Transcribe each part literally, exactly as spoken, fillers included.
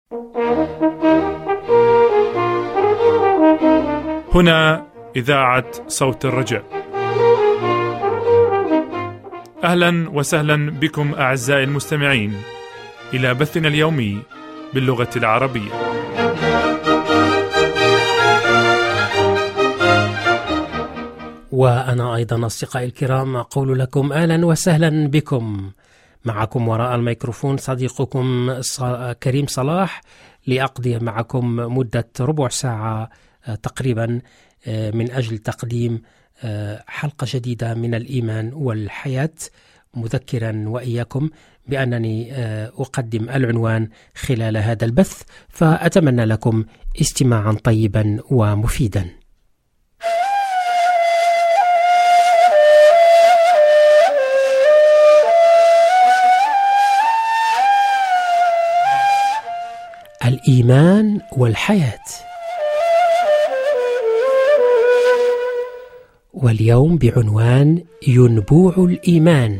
هنا إذاعة صوت الرجاء. أهلا وسهلا بكم أعزائي المستمعين إلى بثنا اليومي باللغة العربية. وأنا أيضا أصدقائي الكرام أقول لكم أهلا وسهلا بكم. معكم وراء الميكروفون صديقكم كريم صلاح لأقضي معكم مدة ربع ساعة تقريبا من أجل تقديم حلقة جديدة من الإيمان والحياة، مذكرا وإياكم بأنني أقدم العنوان خلال هذا البث، فأتمنى لكم استماعا طيبا ومفيدا. الإيمان والحياة. واليوم بعنوان ينبوع الإيمان.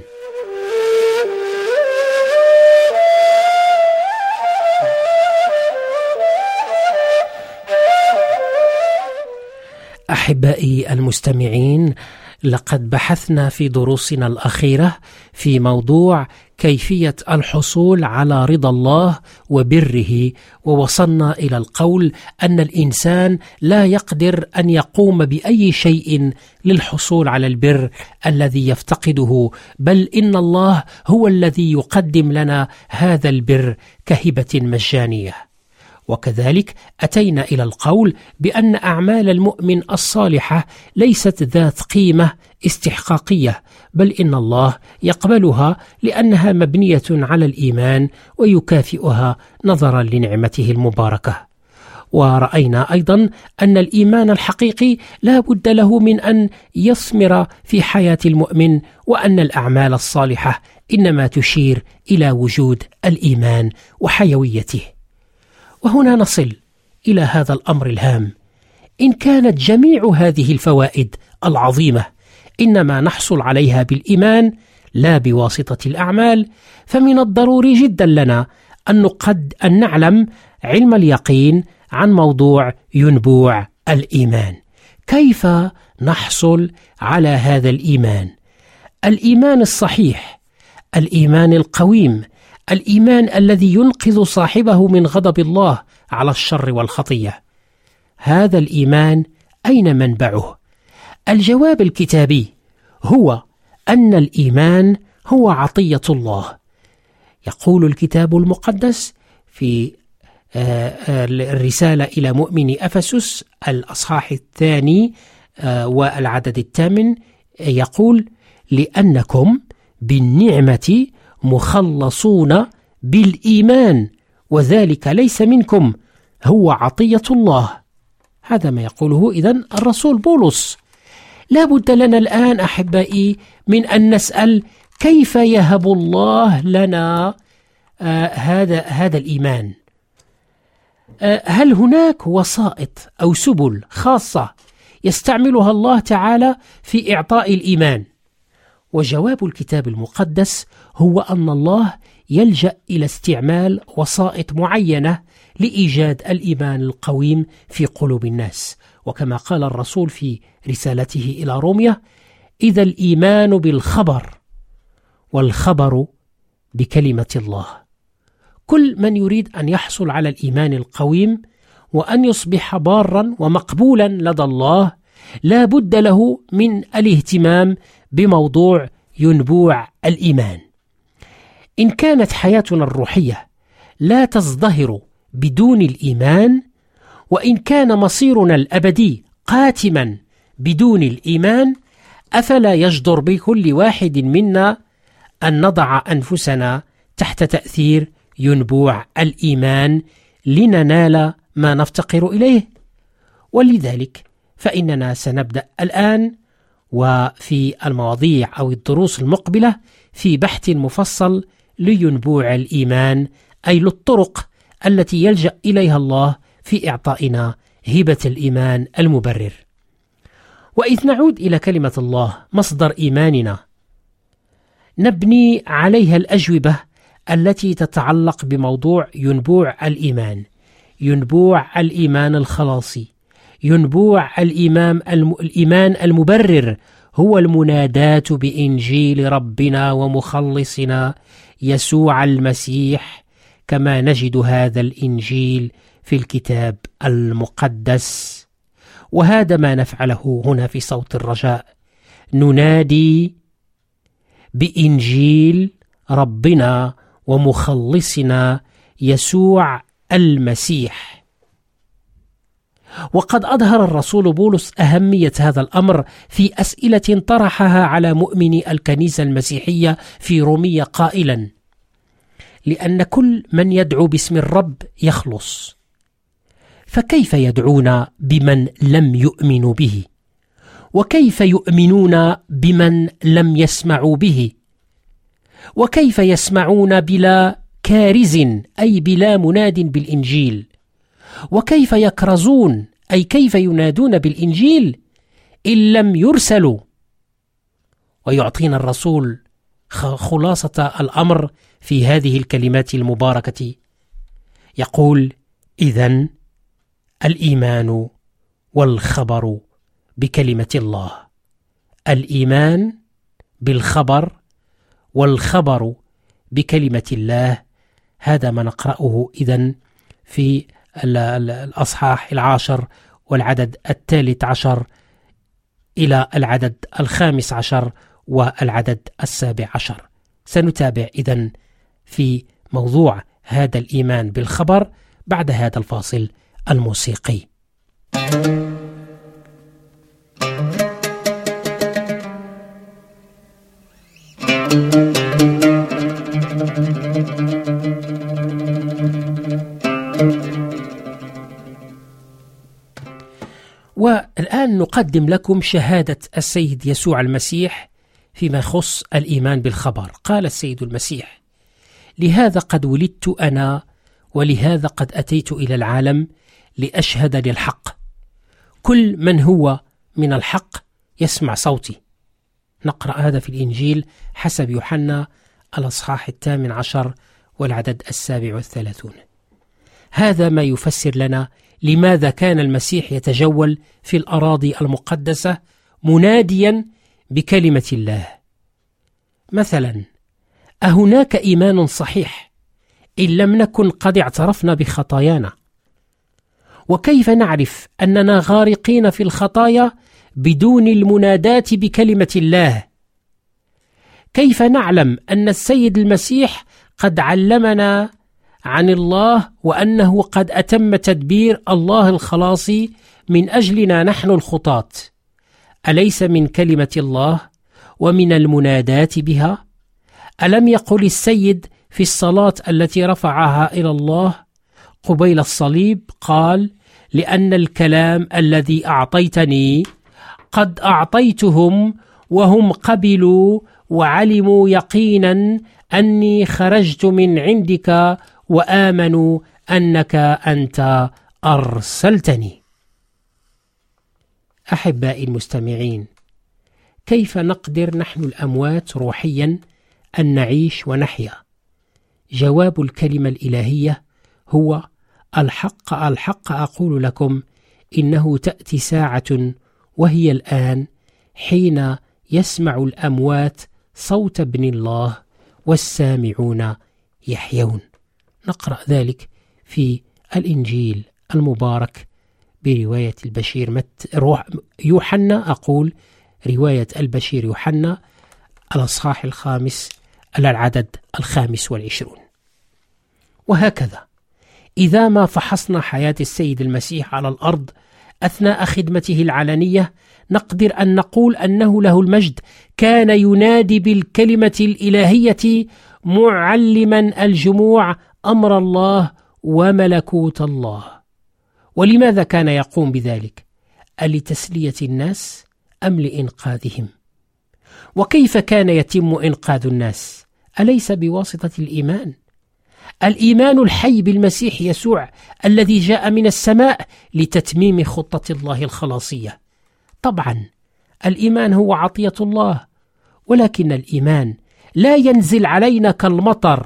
أحبائي المستمعين، لقد بحثنا في دروسنا الأخيرة في موضوع كيفية الحصول على رضا الله وبره، ووصلنا إلى القول أن الإنسان لا يقدر أن يقوم بأي شيء للحصول على البر الذي يفتقده، بل إن الله هو الذي يقدم لنا هذا البر كهبة مجانية. وكذلك أتينا إلى القول بأن أعمال المؤمن الصالحة ليست ذات قيمة استحقاقية، بل إن الله يقبلها لأنها مبنية على الإيمان ويكافئها نظرا لنعمته المباركة. ورأينا أيضا أن الإيمان الحقيقي لا بد له من أن يثمر في حياة المؤمن، وأن الأعمال الصالحة إنما تشير إلى وجود الإيمان وحيويته. وهنا نصل إلى هذا الأمر الهام: إن كانت جميع هذه الفوائد العظيمة إنما نحصل عليها بالإيمان لا بواسطة الأعمال، فمن الضروري جدا لنا أن نقد أن نعلم علم اليقين عن موضوع ينبوع الإيمان. كيف نحصل على هذا الإيمان؟ الإيمان الصحيح، الإيمان القويم، الإيمان الذي ينقذ صاحبه من غضب الله على الشر والخطية. هذا الإيمان أين منبعه؟ الجواب الكتابي هو أن الإيمان هو عطية الله. يقول الكتاب المقدس في الرسالة إلى مؤمني أفسس الأصحاح الثاني والعدد الثامن، يقول: لأنكم بالنعمة مخلصون بالإيمان وذلك ليس منكم، هو عطية الله. هذا ما يقوله إذن الرسول بولس. لا بد لنا الآن أحبائي من أن نسأل: كيف يهب الله لنا آه هذا هذا الإيمان؟ آه هل هناك وسائط أو سبل خاصة يستعملها الله تعالى في إعطاء الإيمان؟ وجواب الكتاب المقدس هو أن الله يلجأ إلى استعمال وسائط معينة لإيجاد الإيمان القويم في قلوب الناس. وكما قال الرسول في رسالته إلى روميا: إذا الإيمان بالخبر والخبر بكلمة الله. كل من يريد أن يحصل على الإيمان القويم وأن يصبح بارا ومقبولا لدى الله لا بد له من الاهتمام بموضوع ينبوع الإيمان. إن كانت حياتنا الروحية لا تزدهر بدون الإيمان، وإن كان مصيرنا الأبدي قاتما بدون الإيمان، أفلا يجدر بكل واحد منا أن نضع أنفسنا تحت تأثير ينبوع الإيمان لننال ما نفتقر إليه؟ ولذلك فإننا سنبدأ الآن وفي المواضيع أو الدروس المقبلة في بحث مفصل لينبوع الإيمان، أي للطرق التي يلجأ إليها الله في إعطائنا هبة الإيمان المبرر. وإذ نعود إلى كلمة الله مصدر إيماننا، نبني عليها الأجوبة التي تتعلق بموضوع ينبوع الإيمان، ينبوع الإيمان الخلاصي، ينبوع الإمام الم... الإيمان المبرر، هو المناداة بإنجيل ربنا ومخلصنا يسوع المسيح، كما نجد هذا الإنجيل في الكتاب المقدس. وهذا ما نفعله هنا في صوت الرجاء، ننادي بإنجيل ربنا ومخلصنا يسوع المسيح. وقد أظهر الرسول بولس أهمية هذا الأمر في أسئلة طرحها على مؤمني الكنيسة المسيحية في رومية قائلا: لأن كل من يدعو باسم الرب يخلص، فكيف يدعون بمن لم يؤمنوا به؟ وكيف يؤمنون بمن لم يسمعوا به؟ وكيف يسمعون بلا كارز، أي بلا مناد بالإنجيل؟ وكيف يكرزون، أي كيف ينادون بالإنجيل إن لم يرسلوا؟ ويعطينا الرسول خلاصة الأمر في هذه الكلمات المباركة، يقول: إذن الإيمان والخبر بكلمة الله. الإيمان بالخبر والخبر بكلمة الله، هذا ما نقرأه إذن في الأصحاح العاشر والعدد الثالث عشر إلى العدد الخامس عشر والعدد السابع عشر. سنتابع إذن في موضوع هذا الإيمان بالخبر بعد هذا الفاصل الموسيقي. والآن نقدم لكم شهادة السيد يسوع المسيح فيما يخص الإيمان بالخبر. قال السيد المسيح: لهذا قد ولدت أنا، ولهذا قد أتيت إلى العالم لأشهد للحق. كل من هو من الحق يسمع صوتي. نقرأ هذا في الإنجيل حسب يوحنا الأصحاح الثامن عشر والعدد السابع والثلاثون. هذا ما يفسر لنا لماذا كان المسيح يتجول في الأراضي المقدسة مناديا بكلمة الله. مثلا، أهناك إيمان صحيح إن لم نكن قد اعترفنا بخطايانا؟ وكيف نعرف أننا غارقين في الخطايا بدون المناداة بكلمة الله؟ كيف نعلم أن السيد المسيح قد علمنا عن الله وأنه قد أتم تدبير الله الخلاصي من أجلنا نحن الخطاة؟ أليس من كلمة الله ومن المناداة بها؟ ألم يقل السيد في الصلاة التي رفعها إلى الله قبيل الصليب، قال: لأن الكلام الذي أعطيتني قد أعطيتهم وهم قبلوا وعلموا يقينا أني خرجت من عندك وآمنوا أنك أنت أرسلتني. أحبائي المستمعين، كيف نقدر نحن الأموات روحيا أن نعيش ونحيا؟ جواب الكلمة الإلهية هو: الحق الحق أقول لكم إنه تأتي ساعة وهي الآن حين يسمع الأموات صوت ابن الله والسامعون يحيون. نقرأ ذلك في الإنجيل المبارك برواية البشير مت... روح... يوحنا أقول رواية البشير يوحنا الأصحاح الخامس العدد الخامس والعشرون. وهكذا إذا ما فحصنا حياة السيد المسيح على الأرض أثناء خدمته العلنية، نقدر أن نقول أنه له المجد كان ينادي بالكلمة الإلهية معلما الجموع أمر الله وملكوت الله. ولماذا كان يقوم بذلك؟ ألتسلية الناس أم لإنقاذهم؟ وكيف كان يتم إنقاذ الناس؟ أليس بواسطة الإيمان؟ الإيمان الحي بالمسيح يسوع الذي جاء من السماء لتتميم خطة الله الخلاصية. طبعا الإيمان هو عطية الله، ولكن الإيمان لا ينزل علينا كالمطر،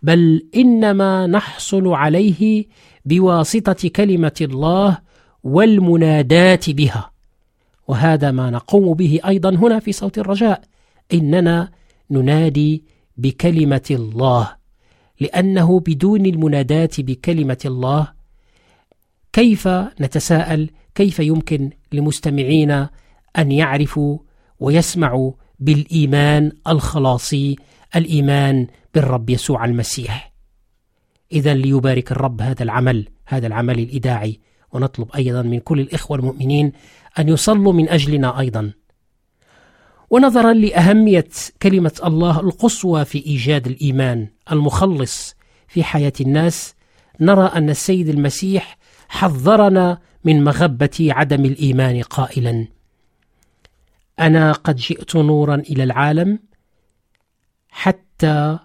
بل إنما نحصل عليه بواسطة كلمة الله والمنادات بها. وهذا ما نقوم به أيضا هنا في صوت الرجاء، إننا ننادي بكلمة الله، لأنه بدون المنادات بكلمة الله كيف نتساءل كيف يمكن لمستمعينا أن يعرفوا ويسمعوا بالإيمان الخلاصي، الإيمان بالرب يسوع المسيح؟ إذن ليبارك الرب هذا العمل هذا العمل الإذاعي، ونطلب أيضا من كل الإخوة المؤمنين أن يصلوا من أجلنا أيضا. ونظرا لأهمية كلمة الله القصوى في إيجاد الإيمان المخلص في حياة الناس، نرى أن السيد المسيح حذرنا من مغبة عدم الإيمان قائلا: أنا قد جئت نورا إلى العالم حتى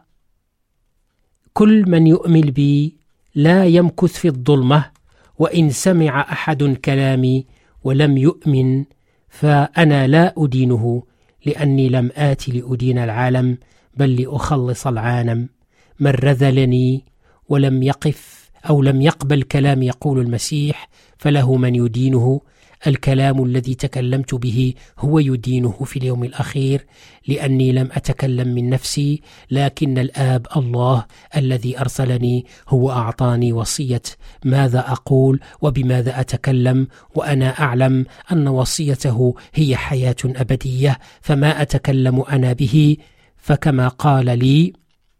كل من يؤمن بي لا يمكث في الظلمة، وإن سمع أحد كلامي ولم يؤمن فأنا لا أدينه، لأني لم آت لأدين العالم بل لأخلص العالم. من رذلني ولم يقف أو لم يقبل كلام يقول المسيح فله من يدينه. الكلام الذي تكلمت به هو يدينه في اليوم الأخير، لأني لم أتكلم من نفسي، لكن الآب الله الذي أرسلني هو أعطاني وصية ماذا أقول وبماذا أتكلم، وأنا أعلم أن وصيته هي حياة أبدية، فما أتكلم أنا به فكما قال لي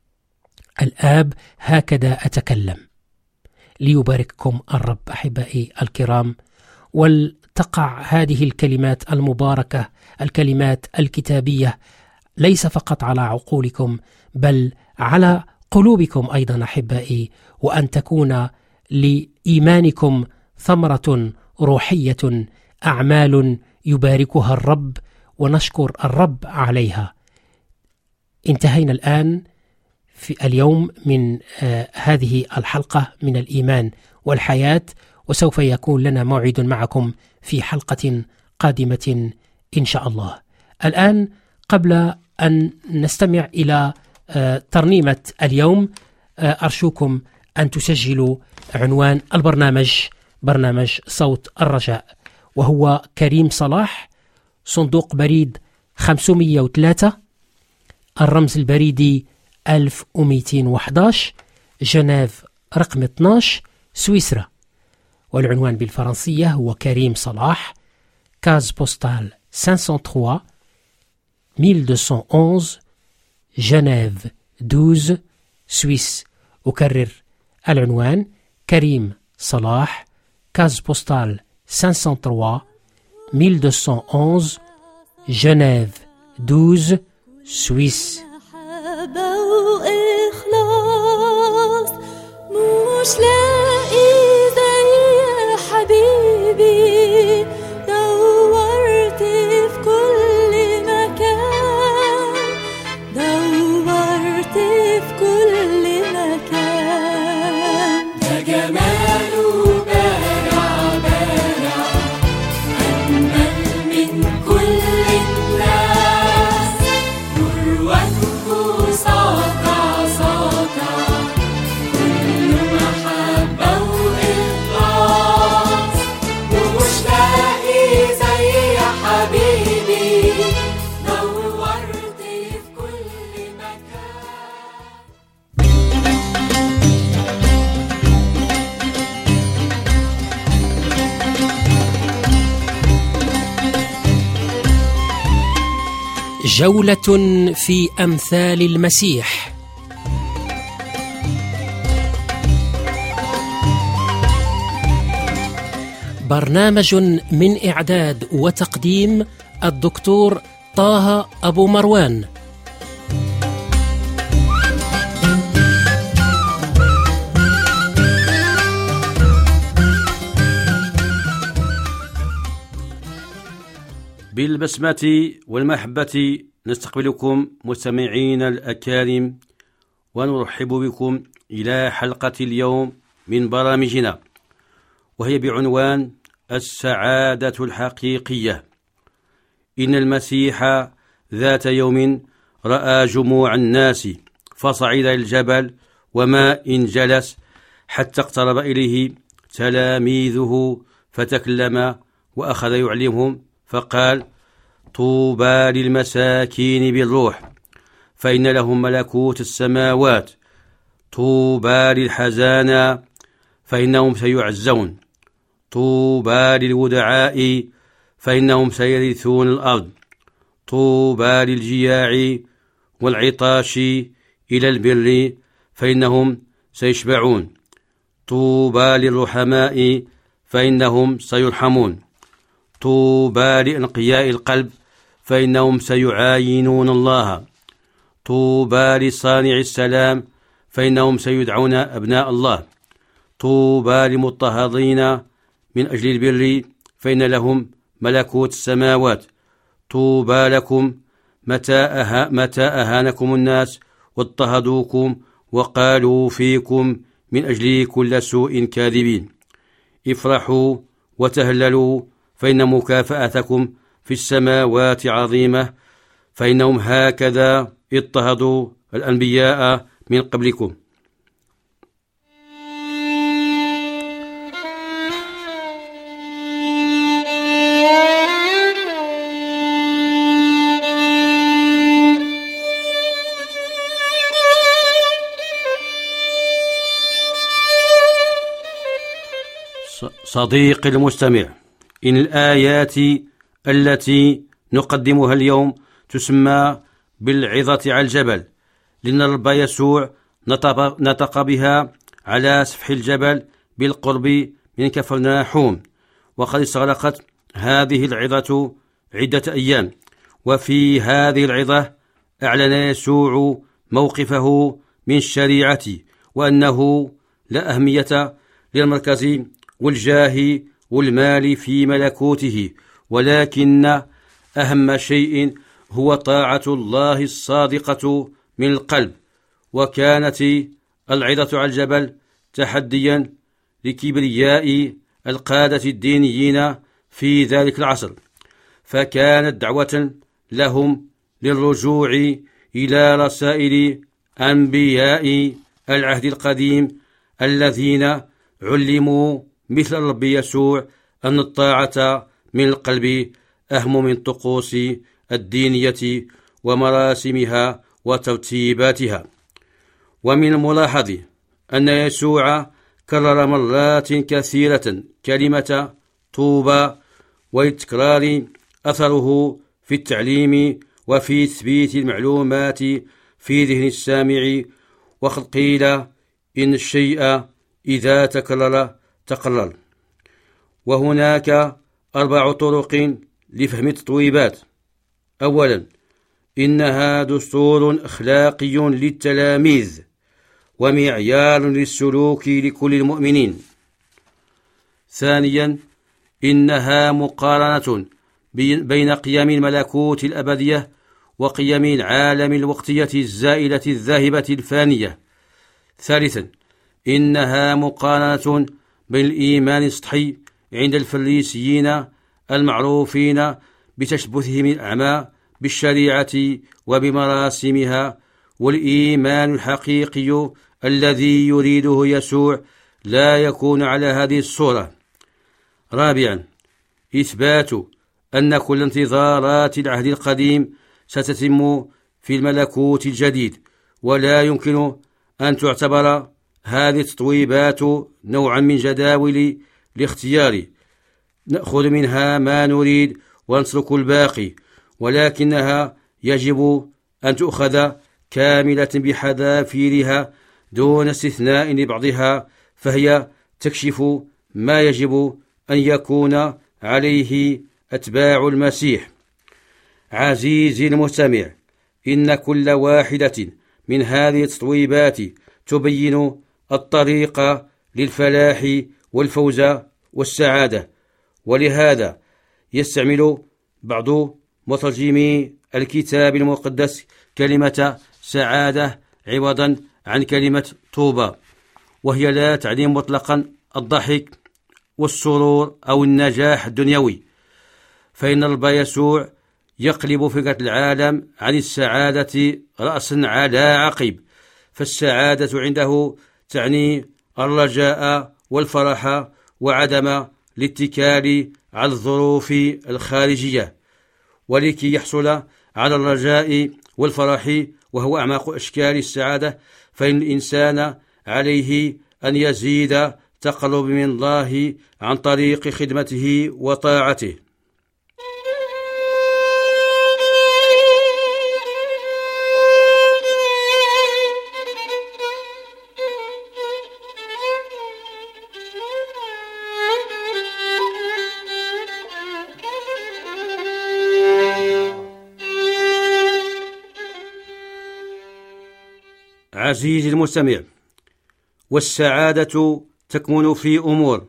الآب هكذا أتكلم. ليبارككم الرب أحبائي الكرام، ولتقع هذه الكلمات المباركة، الكلمات الكتابية، ليس فقط على عقولكم بل على قلوبكم أيضا أحبائي، وأن تكون لإيمانكم ثمرة روحية، أعمال يباركها الرب ونشكر الرب عليها. انتهينا الآن في اليوم من آه هذه الحلقة من الإيمان والحياة، وسوف يكون لنا موعد معكم في حلقة قادمة إن شاء الله. الآن قبل أن نستمع إلى آه ترنيمة اليوم، آه أرجوكم أن تسجلوا عنوان البرنامج، برنامج صوت الرجاء، وهو كريم صلاح، صندوق بريد خمسمئة وثلاثة، الرمز البريدي ألف ومئتين وأحد عشر، جنيف رقم اثني عشر، سويسرا. والعنوان بالفرنسية هو كريم صلاح، كاز بوستال خمسمئة وثلاثة، ألف ومئتين وأحد عشر، جنيف اثني عشر، سويس. أكرر العنوان: كريم صلاح، كاز بوستال خمسمئة وثلاثة، ألف ومئتين وأحد عشر، جنيف اثني عشر، سويس. وإخلاص مش لاقي زي حبيبي، دورت في كل مكان، دورت في كل مكان، ده جماله بارع بارع أجمل من كل الناس، نور وجهه ساطع ساطع كل محبة وإخلاص، ومش لاقي زي حبيبي، دورت في كل مكان. جولة في أمثال المسيح. برنامج من إعداد وتقديم الدكتور طه أبو مروان. بالبسمة والمحبة نستقبلكم مستمعين الأكارم، ونرحب بكم إلى حلقة اليوم من برامجنا، وهي بعنوان السعادة الحقيقية. إن المسيح ذات يوم رأى جموع الناس فصعد الجبل وما إن جلس، حتى اقترب إليه تلاميذه فتكلم وأخذ يعلمهم فقال: طوبى للمساكين بالروح فإن لهم ملكوت السماوات، طوبى للحزانى فإنهم سيعزون، طوبى للودعاء فإنهم سيرثون الأرض، طوبى للجياع والعطاش إلى البر فإنهم سيشبعون، طوبى للرحماء فإنهم سيرحمون، طوبى لأنقياء القلب فإنهم سيعاينون الله، طوبى لصانع السلام فإنهم سيدعون أبناء الله، طوبى للمضطهدين من أجل البر فإن لهم ملكوت السماوات، طوبى لكم متى, أها متى أهانكم الناس واضطهدوكم وقالوا فيكم من أجل كل سوء كاذبين، افرحوا وتهللوا فإن مكافأتكم في السماوات عظيمة، فإنهم هكذا اضطهدوا الأنبياء من قبلكم. صديقي المستمع، إن الآيات التي نقدمها اليوم تسمى بالعظة على الجبل، لأن الرب يسوع نطق بها على سفح الجبل بالقرب من كفرناحوم، وقد استغرقت هذه العظة عدة أيام. وفي هذه العظة أعلن يسوع موقفه من الشريعة، وأنه لا أهمية للمركز والجاه والمال في ملكوته، ولكن أهم شيء هو طاعة الله الصادقة من القلب. وكانت العظة على الجبل تحديا لكبرياء القادة الدينيين في ذلك العصر، فكانت دعوة لهم للرجوع إلى رسائل أنبياء العهد القديم الذين علموا مثل الرب يسوع أن الطاعة من القلب أهم من الطقوس الدينية ومراسمها وترتيباتها. ومن الملاحظ أن يسوع كرر مرات كثيرة كلمة طوبى، والتكرار أثره في التعليم وفي تثبيت المعلومات في ذهن السامع. وقد قيل إن الشيء إذا تكرر تقرر. وهناك أربع طرق لفهم التطويبات. أولا، إنها دستور أخلاقي للتلاميذ ومعيار للسلوك لكل المؤمنين. ثانيا، إنها مقارنة بين قيم الملكوت الأبدية وقيم العالم الوقتية الزائلة الذاهبة الفانية. ثالثا، إنها مقارنة بين الإيمان السطحي عند الفريسيين المعروفين بتشبثهم الأعمى بالشريعة وبمراسمها، والإيمان الحقيقي الذي يريده يسوع لا يكون على هذه الصورة. رابعا، إثبات أن كل انتظارات العهد القديم ستتم في الملكوت الجديد، ولا يمكن أن تعتبر هذه التطويبات نوعا من جداول الاختيار نأخذ منها ما نريد ونترك الباقي، ولكنها يجب أن تؤخذ كاملة بحذافيرها دون استثناء لبعضها، فهي تكشف ما يجب أن يكون عليه أتباع المسيح. عزيزي المستمع، إن كل واحدة من هذه التطويبات تبين الطريق للفلاح والفوز والسعادة، ولهذا يستعمل بعض مترجمي الكتاب المقدس كلمة سعادة عوضا عن كلمة طوبى، وهي لا تعني مطلقا الضحك والسرور أو النجاح الدنيوي، فإن الرب يسوع يقلب فكرة العالم عن السعادة رأسا على عقب، فالسعادة عنده تعني الرجاء والفرح وعدم الاتكال على الظروف الخارجية. ولكي يحصل على الرجاء والفرح وهو أعمق أشكال السعادة، فإن الإنسان عليه أن يزيد تقرب من الله عن طريق خدمته وطاعته. عزيزي المستمع، والسعادة تكمن في أمور: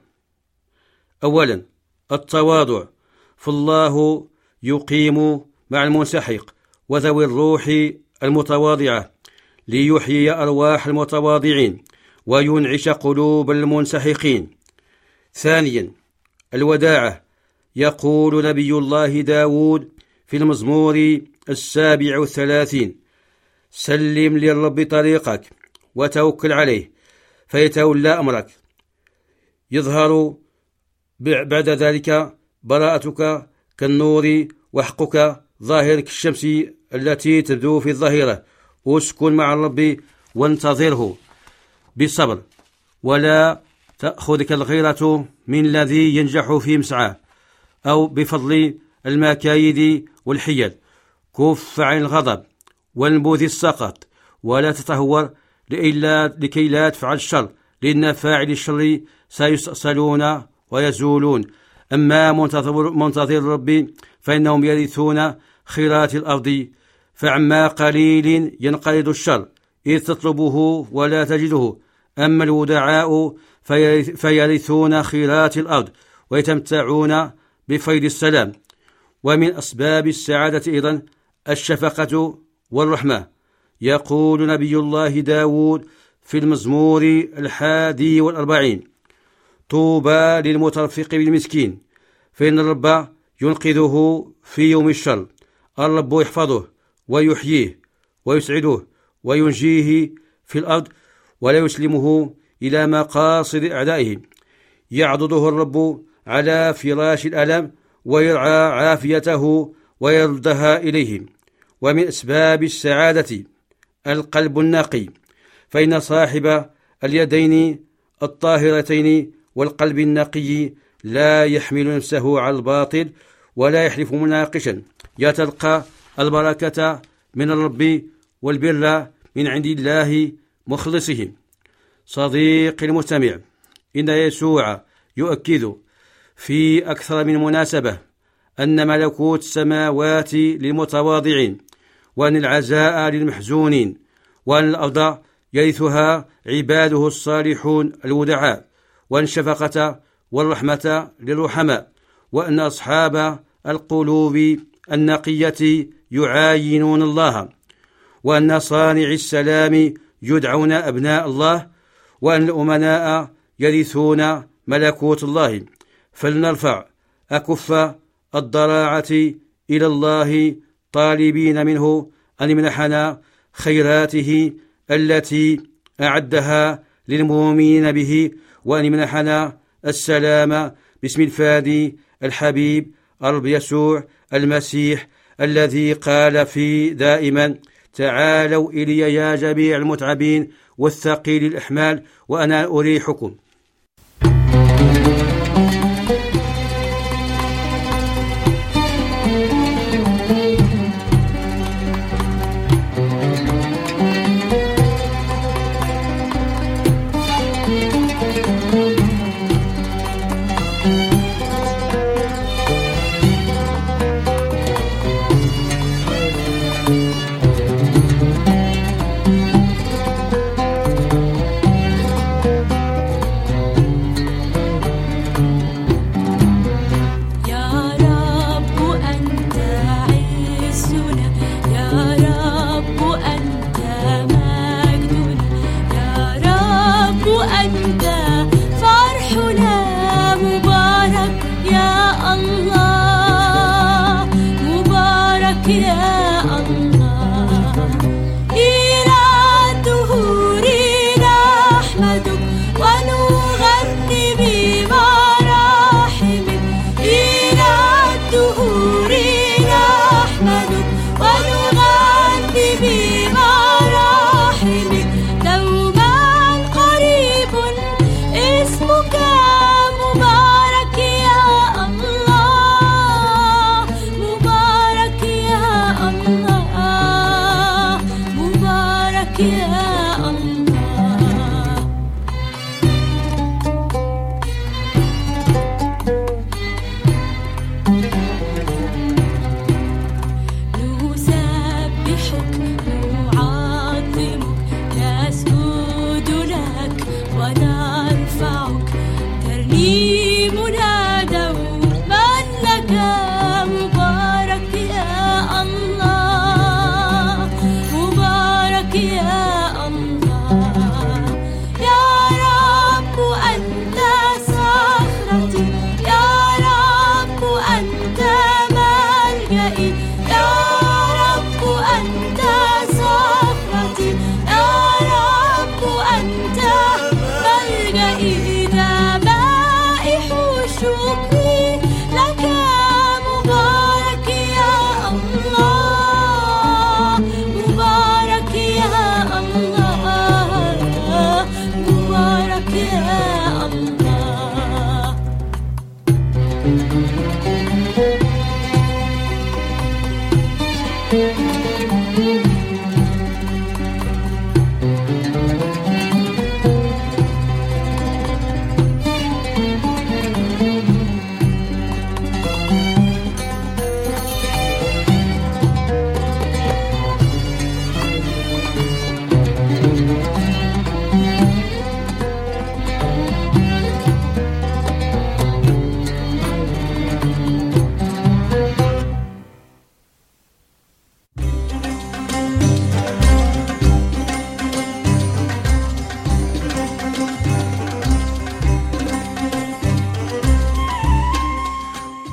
أولا التواضع، فالله يقيم مع المنسحق وذوي الروح المتواضعة ليحيي أرواح المتواضعين وينعش قلوب المنسحقين. ثانيا الوداعة، يقول نبي الله داود في المزمور السابع والثلاثين: سلم للرب طريقك وتوكل عليه فيتولى أمرك. يظهر بعد ذلك براءتك كالنور وحقك ظاهر كالشمس التي تبدو في الظهيرة. اسكن مع الرب وانتظره بصبر، ولا تأخذك الغيرة من الذي ينجح في مسعاه أو بفضل المكايد والحيل. كف عن الغضب وانبذ السقط، ولا تتهور لكي لا تفعل الشر، لأن فاعل الشر سيستأصلون ويزولون. أما منتظر, منتظر الرب فإنهم يرثون خيرات الأرض. فعما قليل ينقرض الشر إذ تطلبه ولا تجده. أما الودعاء فيرثون خيرات الأرض ويتمتعون بفيض السلام. ومن أسباب السعادة أيضا الشفقة والرحمة. يقول نبي الله داود في المزمور الحادي والأربعين: طوبى للمترفق بالمسكين فإن الرب ينقذه في يوم الشر. الرب يحفظه ويحييه ويسعده وينجيه في الأرض ولا يسلمه إلى مقاصد أعدائه. يعضده الرب على فراش الألم ويرعى عافيته ويردها إليه. ومن أسباب السعادة القلب النقي، فإن صاحب اليدين الطاهرتين والقلب النقي لا يحمل نفسه على الباطل ولا يحلف مناقشا. يتلقى البركة من الرب والبر من عند الله مخلصهم. صديقي المستمع، إن يسوع يؤكد في أكثر من مناسبة أن ملكوت السماوات للمتواضعين، وأن العزاء للمحزونين، وأن الأرض يرثها عباده الصالحون الودعاء، وأن الشفقة والرحمة للرحماء، وأن أصحاب القلوب النقية يعاينون الله، وأن صانع السلام يدعون أبناء الله، وأن الأمناء يرثون ملكوت الله. فلنرفع أكف الضراعة إلى الله طالبين منه أن يمنحنا خيراته التي أعدها للمؤمنين به، وأن يمنحنا السلام باسم الفادي الحبيب الرب يسوع المسيح الذي قال في دائما: تعالوا إلي يا جميع المتعبين والثقيل الأحمال وأنا أريحكم.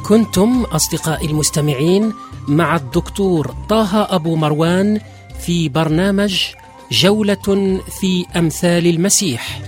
كنتم أصدقائي المستمعين مع الدكتور طه أبو مروان في برنامج جولة في أمثال المسيح.